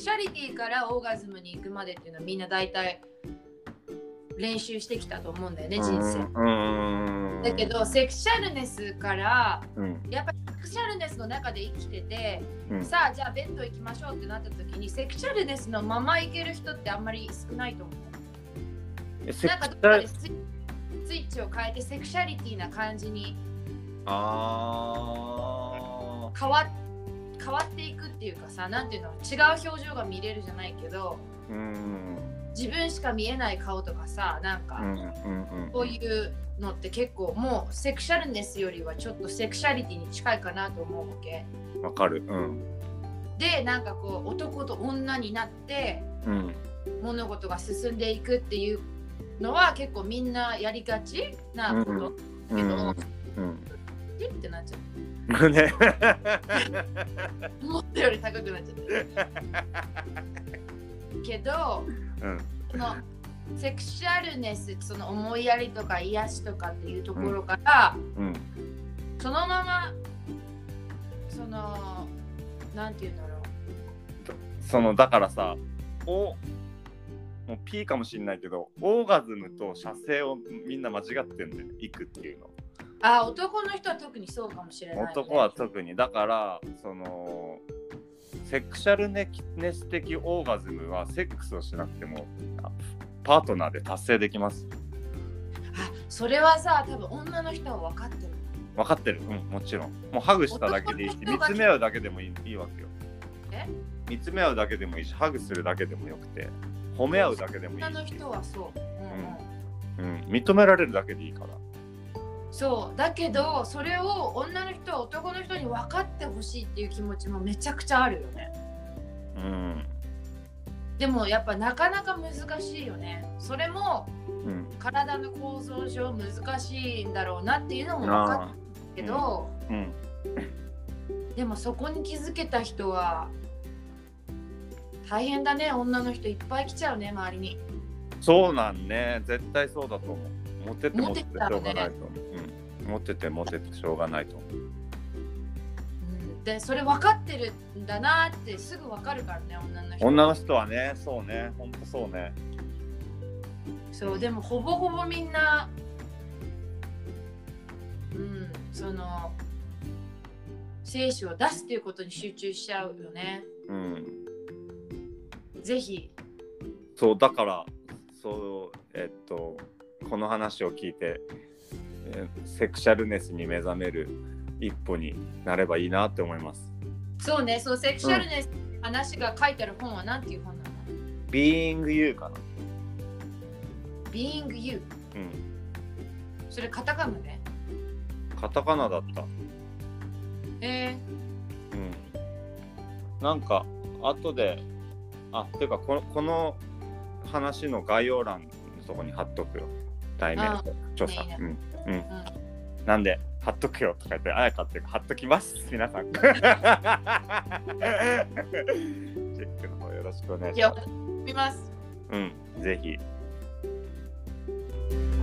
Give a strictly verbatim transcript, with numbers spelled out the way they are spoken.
シャリティからオーガズムに行くまでっていうのはみんな大体練習してきたと思うんだよね、人生。 うんだけどセクシャルネスから、 うん、 やっぱりセクシャルネスの中で生きてて、 うん、 さあじゃあベッド行きましょうってなった時にセクシャルネスのまま行ける人ってあんまり少ないと思う。なんかどっかでスイッチを変えてセクシャリティな感じにあ変わ変わっていくっていうかさ、なんていうの、違う表情が見れるじゃないけど、 うん、 自分しか見えない顔とかさ、なんか、 うんうんうん、 こういうのって結構もうセクシャルネスよりはちょっとセクシャリティに近いかなと思うわけ。 わかる。うん。 で、なんかこう男と女になって、うん、物事が進んでいくっていうのは結構みんなやりがちなことだけど、うんうんうん、ってなっちゃう。 ね、 思ったより高くなっちゃったけど、うん、そのセクシャルネス、その思いやりとか癒しとかっていうところから、うんうん、そのままそのなんていうんだろう、 そのだからさ、おもう P かもしれないけど、オーガズムと射精をみんな間違ってんだよ、行くっていうの。 あ、男の人は特にそうかもしれない、ね、 男は特に。だからそのセクシャルネス的オーガズムはセックスをしなくてもパートナーで達成できます。 あ、それはさ、多分女の人は分かってる。 分かってる、うん、もちろん。もうハグしただけでいいし、見つめ合うだけでもいい、いいわけよ。 え？ 見つめ合うだけでもいいし、ハグするだけでもよくて、褒め合うだけでもいいし。 女の人はそう、 うんうん、認められるだけでいいから。 そうだけど、それを女の人は男の人に分かってほしいっていう気持ちもめちゃくちゃあるよね。 うん。 でもやっぱなかなか難しいよね。それも、うん、体の構造上難しいんだろうなっていうのも分かってるけど、うんうん、でもそこに気づけた人は大変だね。女の人いっぱい来ちゃうね、周りに。 そうなんね、絶対そうだと思う。モテてモテてしょうがないと思う。うん、モテてモテてしょうがないと思う。うん、 で、それ分かってるんだなってすぐ分かるからね、女の人。 女の人はね、そうね、ほんとそうね。 そう、でもほぼほぼみんな、うん、その精子を出すっていうことに集中しちゃうよね。うん。ぜひ。 そうだからそうえっとこの話を聞いて、えー、セクシャルネスに目覚める一歩になればいいなって思います。 そうね、そう、セクシャルネス、うん、話が書いてある本は何ていう本なの？ Being You かな。 Being You。うん。それカタカナね。 カタカナだった。 えー。うん。なんか後で、あ、てかこのこの話の概要欄のとこに貼っとくよ。題名と著者。ね、うんうんうん。なんで貼っとくよとか言って、あやかっていうか貼っときます。皆さん。チェックの方よろしくお願いします。 見ます。 うん、ぜひ。